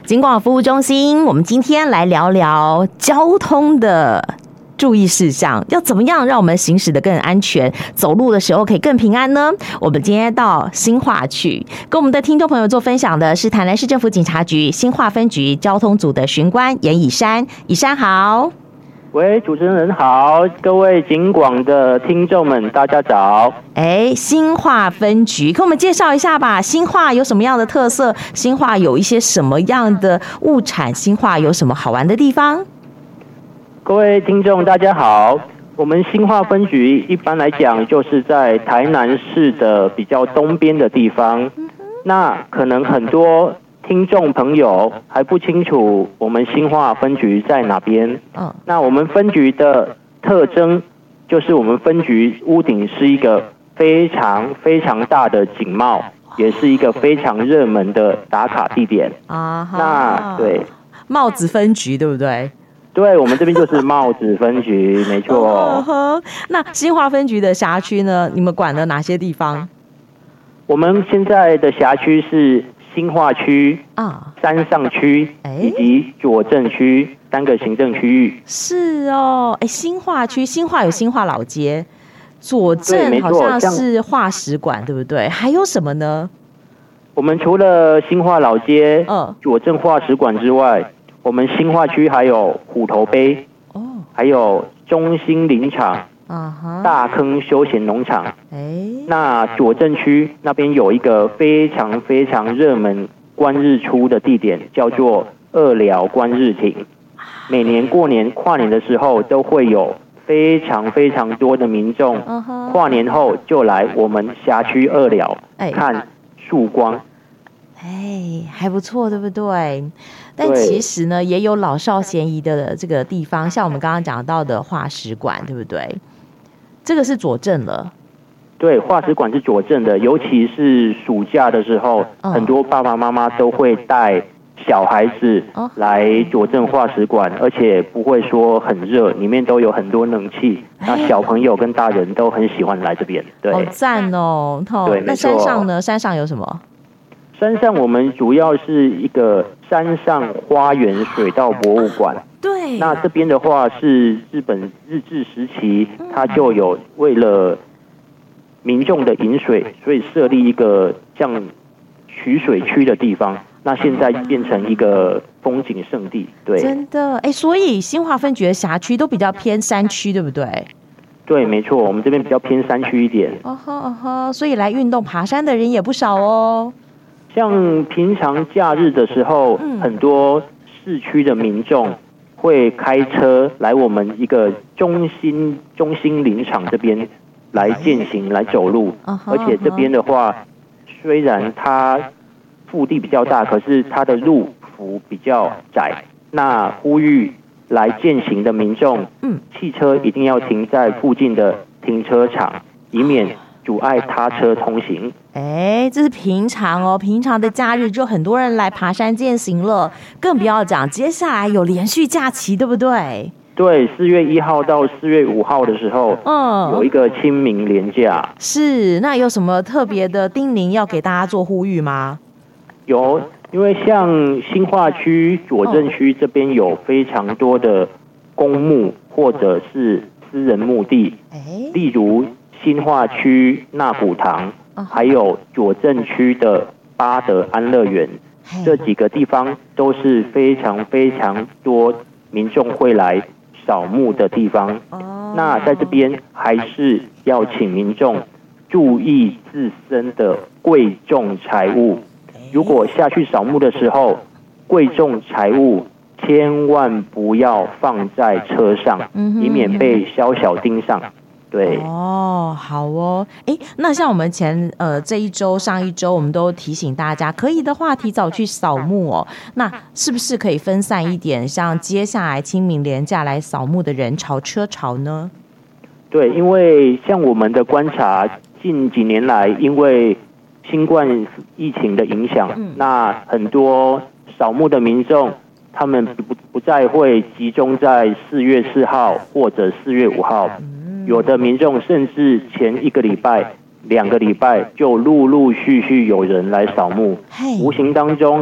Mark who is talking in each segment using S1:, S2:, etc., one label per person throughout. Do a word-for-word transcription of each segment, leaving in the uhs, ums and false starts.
S1: 警广服务中心，我们今天来聊聊交通的注意事项，要怎么样让我们行驶得更安全，走路的时候可以更平安呢？我们今天到新化去，跟我们的听众朋友做分享的是台南市政府警察局新化分局交通组的巡官严以山。以山好。
S2: 喂，主持人好，各位警广的听众们，大家早。
S1: 哎，新化分局，跟我们介绍一下吧。新化有什么样的特色？新化有一些什么样的物产？新化有什么好玩的地方？
S2: 各位听众，大家好。我们新化分局一般来讲就是在台南市的比较东边的地方。那可能很多听众朋友还不清楚我们新化分局在哪边。嗯，那我们分局的特征就是我们分局屋顶是一个非常非常大的景帽，也是一个非常热门的打卡地点啊。那对，
S1: 帽子分局对不对？
S2: 对，我们这边就是帽子分局，没错。
S1: uh-huh. 那新化分局的辖区呢？你们管了哪些地方？
S2: 我们现在的辖区是新化区、啊、山上区以及左镇区三个行政区域。
S1: 是哦，哎，新化区，新化有新化老街，左镇好像是化食馆，对不对？还有什么呢？
S2: 我们除了新化老街、嗯、左镇化食馆之外，我们新化区还有虎头碑，哦，还有中心林场。Uh-huh. 大坑休闲农场，欸、那左镇区那边有一个非常非常热门观日出的地点，叫做二寮观日亭。每年过年跨年的时候，都会有非常非常多的民众， uh-huh. 跨年后就来我们辖区二寮、欸、看曙光。
S1: 哎，还不错，对不对？但其实呢，也有老少咸宜的这个地方，像我们刚刚讲到的化食馆，对不对？这个是左镇了。
S2: 对，化食馆是左镇的，尤其是暑假的时候，嗯、很多爸爸妈妈都会带小孩子来左镇化食馆，而且不会说很热，里面都有很多冷气，那小朋友跟大人都很喜欢来这边。对，
S1: 好赞哦！对，那山上呢？山上有什么？
S2: 山上我们主要是一个山上花园水稻博物馆。
S1: 对，
S2: 那这边的话是日本日治时期，它就有为了民众的饮水，所以设立一个像取水区的地方。那现在变成一个风景胜地。对，
S1: 真的，哎，所以新化分局的辖区都比较偏山区，对不对？
S2: 对，没错，我们这边比较偏山区一点。
S1: 哦呵哦呵，所以来运动爬山的人也不少哦。
S2: 像平常假日的时候，嗯、很多市区的民众会开车来我们一个中心中心林场这边来健行来走路， uh-huh, 而且这边的话， uh-huh. 虽然它腹地比较大，可是它的路幅比较窄。那呼吁来健行的民众，嗯，汽车一定要停在附近的停车场，以免阻碍他车通行。
S1: 哎，这是平常哦，平常的假日就很多人来爬山健行了，更不要讲接下来有连续假期，对不对？
S2: 对，四月一号到四月五号的时候，嗯，有一个清明连假。
S1: 是，那有什么特别的叮咛要给大家做呼吁吗？
S2: 有，因为像新化区、左镇区这边有非常多的公墓或者是私人墓地，例如新化区纳古堂，还有左镇区的八德安乐园，这几个地方都是非常非常多民众会来扫墓的地方。那在这边还是要请民众注意自身的贵重财物，如果下去扫墓的时候，贵重财物千万不要放在车上，以免被宵小盯上。对
S1: 哦，好哦，哎，那像我们前呃这一周、上一周，我们都提醒大家，可以的话提早去扫墓哦。那是不是可以分散一点，像接下来清明连假来扫墓的人潮车潮呢？
S2: 对，因为像我们的观察，近几年来，因为新冠疫情的影响，嗯、那很多扫墓的民众，他们不不再会集中在四月四号或者四月五号。有的民众甚至前一个礼拜、两个礼拜就陆陆续续有人来扫墓，无形当中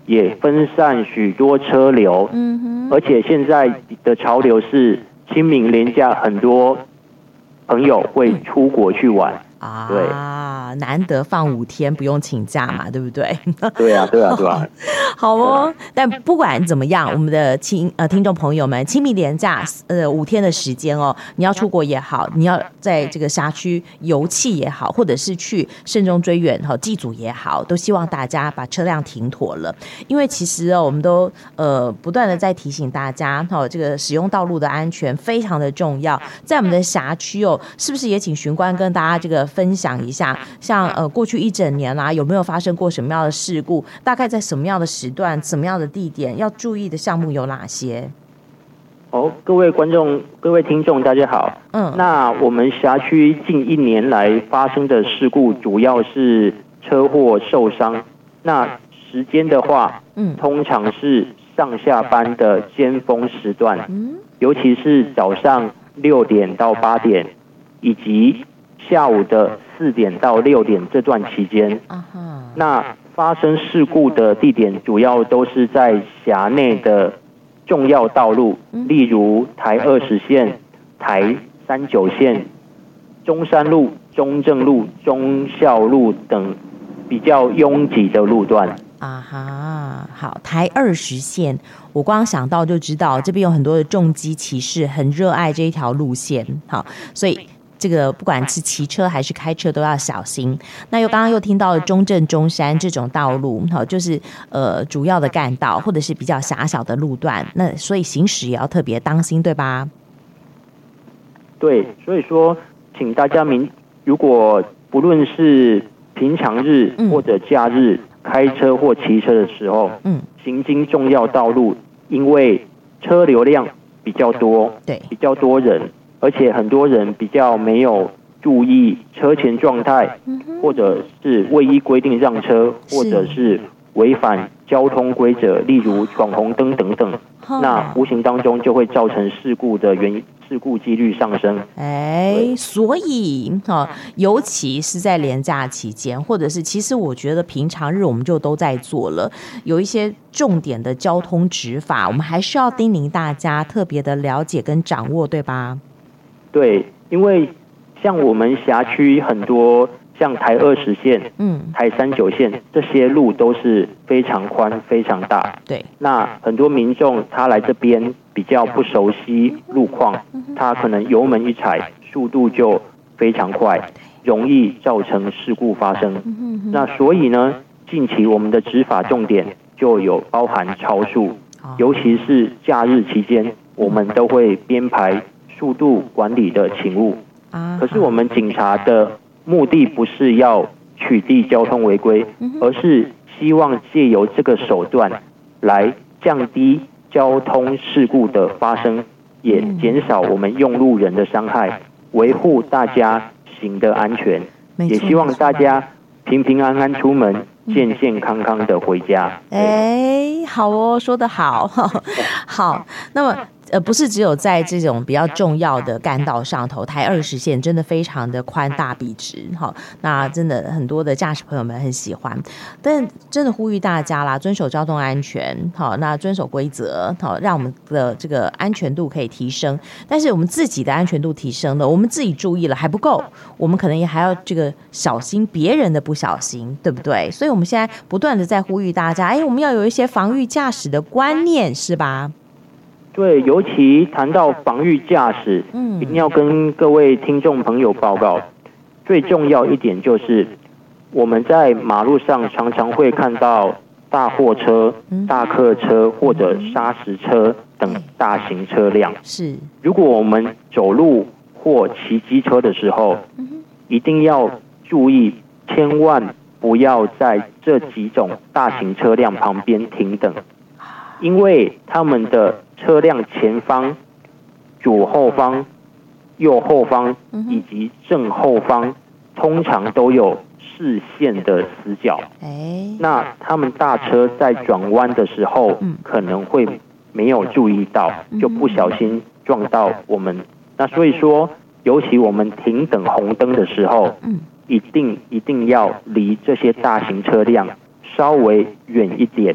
S2: 也分散许多车流。嗯哼，而且现在的潮流是清明连假，很多朋友会出国去玩。
S1: 啊，对，难得放五天不用请假嘛，对不对？
S2: 对啊，对啊，对啊。
S1: 好哦，但不管怎么样，我们的听呃听众朋友们，清明连假呃五天的时间哦，你要出国也好，你要在这个辖区游憩也好，或者是去慎终追远哈祭祖也好，都希望大家把车辆停妥了，因为其实哦，我们都呃不断的在提醒大家哈，这个使用道路的安全非常的重要，在我们的辖区哦，是不是也请巡官跟大家这个分享一下，像呃过去一整年啦、啊，有没有发生过什么样的事故？大概在什么样的时段、什么样的地点，要注意的项目有哪些？
S2: 哦，各位观众、各位听众，大家好。嗯，那我们辖区近一年来发生的事故，主要是车祸受伤。那时间的话，嗯，通常是上下班的尖峰时段，嗯，尤其是早上六点到八点，以及下午的四点到六点这段期间，那发生事故的地点主要都是在辖内的重要道路，例如台二十线、台三九线、中山路、中正路、忠孝路等比较拥挤的路段。
S1: 啊哈，好，台二十线，我光想到就知道这边有很多的重机骑士很热爱这一条路线，好，所以这个不管是骑车还是开车都要小心。那又刚刚又听到了中正、中山这种道路，好，就是呃主要的干道或者是比较狭小的路段，那所以行驶也要特别当心，对吧？
S2: 对，所以说，请大家明，如果不论是平常日或者假日，嗯，开车或骑车的时候，嗯，行经重要道路，因为车流量比较多，对，比较多人。而且很多人比较没有注意车前状态，或者是未依规定让车，或者是违反交通规则，例如闯红灯等等，那无形当中就会造成事故的原因，事故几率上升。
S1: 哎，所以哈，尤其是在连假期间，或者是其实我觉得平常日我们就都在做了，有一些重点的交通执法，我们还是要叮咛大家特别的了解跟掌握，对吧？
S2: 对，因为像我们辖区很多，像台二十线、嗯，台三九线这些路都是非常宽、非常大。对，那很多民众他来这边比较不熟悉路况，他可能油门一踩，速度就非常快，容易造成事故发生。那所以呢，近期我们的执法重点就有包含超速，尤其是假日期间，我们都会编排速度管理的勤务。可是我们警察的目的不是要取缔交通违规，而是希望借由这个手段来降低交通事故的发生，也减少我们用路人的伤害，维护大家行的安全，也希望大家平平安安出门，健健康康的回家。
S1: 哎，好哦，说得好。好，那么呃，不是只有在这种比较重要的干道上头，台二十线真的非常的宽大笔直，好，那真的很多的驾驶朋友们很喜欢，但真的呼吁大家啦，遵守交通安全，好，那遵守规则，好，让我们的这个安全度可以提升。但是我们自己的安全度提升了，我们自己注意了还不够，我们可能也还要这个小心别人的不小心，对不对？所以我们现在不断的在呼吁大家，哎，我们要有一些防御驾驶的观念，是吧？
S2: 对，尤其谈到防御驾驶，嗯，一定要跟各位听众朋友报告，最重要一点就是我们在马路上常常会看到大货车、大客车或者砂石车等大型车辆。是，如果我们走路或骑机车的时候，一定要注意，千万不要在这几种大型车辆旁边停等，因为他们的车辆前方、左后方、右后方以及正后方通常都有视线的死角，那他们大车在转弯的时候可能会没有注意到，就不小心撞到我们。那所以说，尤其我们停等红灯的时候，一定一定要离这些大型车辆稍微远一点，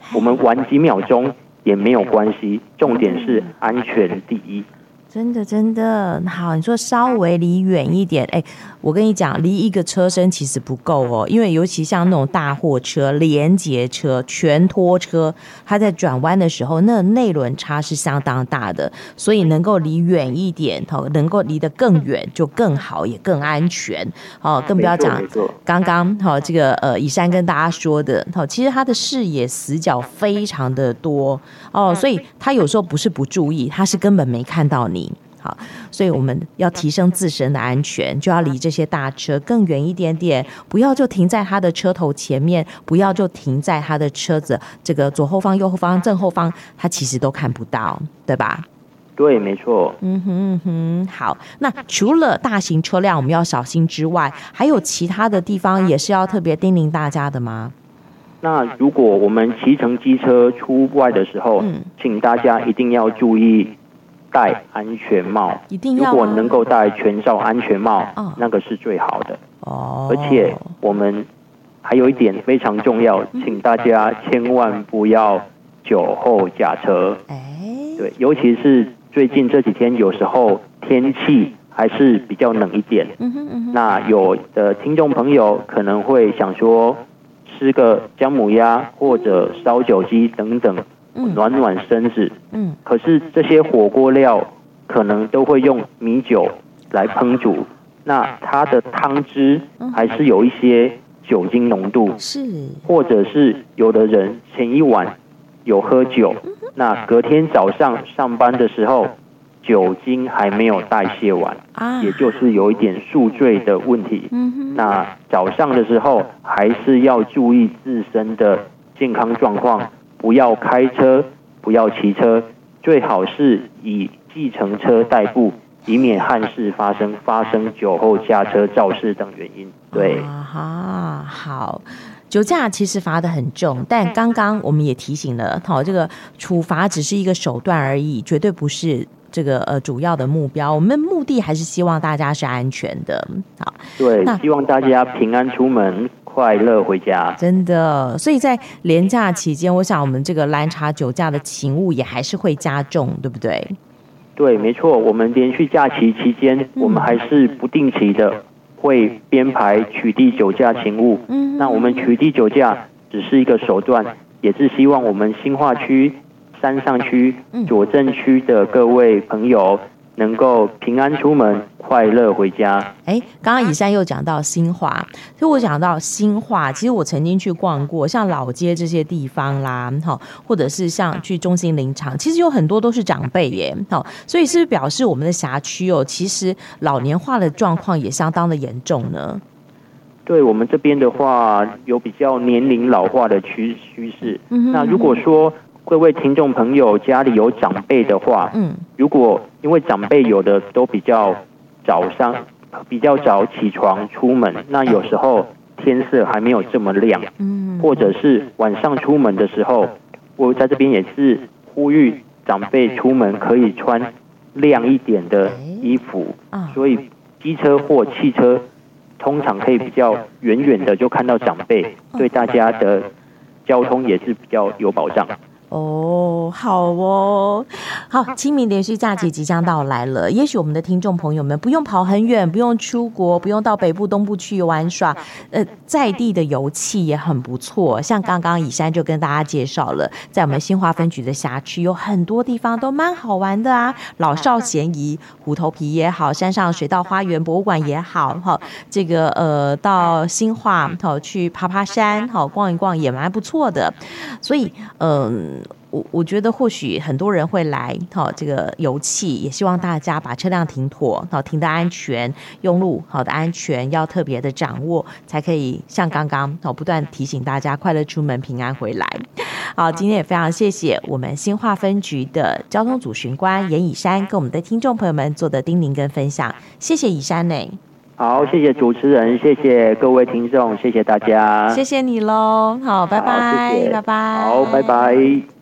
S2: 我们晚几秒钟也没有关系，重点是安全第一。
S1: 真的真的好，你说稍微离远一点，哎，我跟你讲，离一个车身其实不够哦，因为尤其像那种大货车、连结车、全拖车，它在转弯的时候，那内轮差是相当大的，所以能够离远一点，能够离得更远就更好，也更安全。哦，更不要讲刚刚好这个呃，以山跟大家说的，好，其实他的视野死角非常的多哦，所以他有时候不是不注意，他是根本没看到你。好，所以我们要提升自身的安全，就要离这些大车更远一点点，不要就停在他的车头前面，不要就停在他的车子这个左后方、右后方、正后方，他其实都看不到，对吧？
S2: 对，没错。
S1: 嗯哼嗯哼，好。那除了大型车辆我们要小心之外，还有其他的地方也是要特别叮咛大家的吗？
S2: 那如果我们骑乘机车出外的时候，嗯、请大家一定要注意戴安全帽，
S1: 一定要、啊。
S2: 如果能够戴全罩安全帽，哦、那个是最好的。哦。而且我们还有一点非常重要，请大家千万不要酒后驾车。哎。对，尤其是最近这几天，有时候天气还是比较冷一点。嗯哼嗯哼。那有的听众朋友可能会想说，吃个姜母鸭或者烧酒鸡等等。暖暖身子，嗯，可是这些火锅料可能都会用米酒来烹煮，那它的汤汁还是有一些酒精浓度，是，或者是有的人前一晚有喝酒，那隔天早上上班的时候酒精还没有代谢完，啊，也就是有一点宿醉的问题。嗯，那早上的时候还是要注意自身的健康状况。不要开车，不要骑车，最好是以计程车代步，以免憾事发生，发生酒后驾车肇事等原因。对，
S1: 啊哈，好。酒驾其实罚得很重，但刚刚我们也提醒了，好，这个处罚只是一个手段而已，绝对不是这个呃主要的目标。我们目的还是希望大家是安全的。好，
S2: 对，希望大家平安出门，快乐回家。
S1: 真的，所以在连假期间，我想我们这个拦查酒驾的勤务也还是会加重，对不对？
S2: 对，没错。我们连续假期期间，嗯、我们还是不定期的会编排取缔酒驾勤务。嗯，那我们取缔酒驾只是一个手段，也是希望我们新化区、山上区、左镇区的各位朋友能够平安出门，快乐回家。
S1: 哎，刚刚以山又讲到新化，所以我讲到新化，其实我曾经去逛过，像老街这些地方啦，或者是像去中心林场，其实有很多都是长辈耶，所以是不是表示我们的辖区哦，其实老年化的状况也相当的严重呢？
S2: 对，我们这边的话，有比较年龄老化的趋趋势。嗯，那如果说各位听众朋友家里有长辈的话，嗯，如果因为长辈有的都比较早上比较早起床出门，那有时候天色还没有这么亮，嗯，或者是晚上出门的时候，我在这边也是呼吁长辈出门可以穿亮一点的衣服，所以机车或汽车通常可以比较远远的就看到长辈，对大家的交通也是比较有保障。
S1: 哦，好哦，好，清明连续假期即将到来了，也许我们的听众朋友们不用跑很远，不用出国，不用到北部东部去玩耍，呃，在地的游憩也很不错。像刚刚以山就跟大家介绍了，在我们新化分局的辖区有很多地方都蛮好玩的啊，老少咸宜，虎头皮也好，山上水稻花园博物馆也好，哈，这个呃到新化好去爬爬山，好逛一逛也蛮不错的，所以嗯。我我觉得或许很多人会来好这个游憩，也希望大家把车辆停妥，好停得安全，用路好的安全要特别的掌握，才可以像刚刚好不断提醒大家快乐出门，平安回来。好，今天也非常谢谢我们新化分局的交通组巡官严以山跟我们的听众朋友们做的叮咛跟分享，谢谢以山呢。
S2: 好，谢谢主持人，谢谢各位听众，谢谢大家，
S1: 谢谢你喽。好，拜拜，
S2: 谢谢，
S1: 拜拜，
S2: 好，拜拜。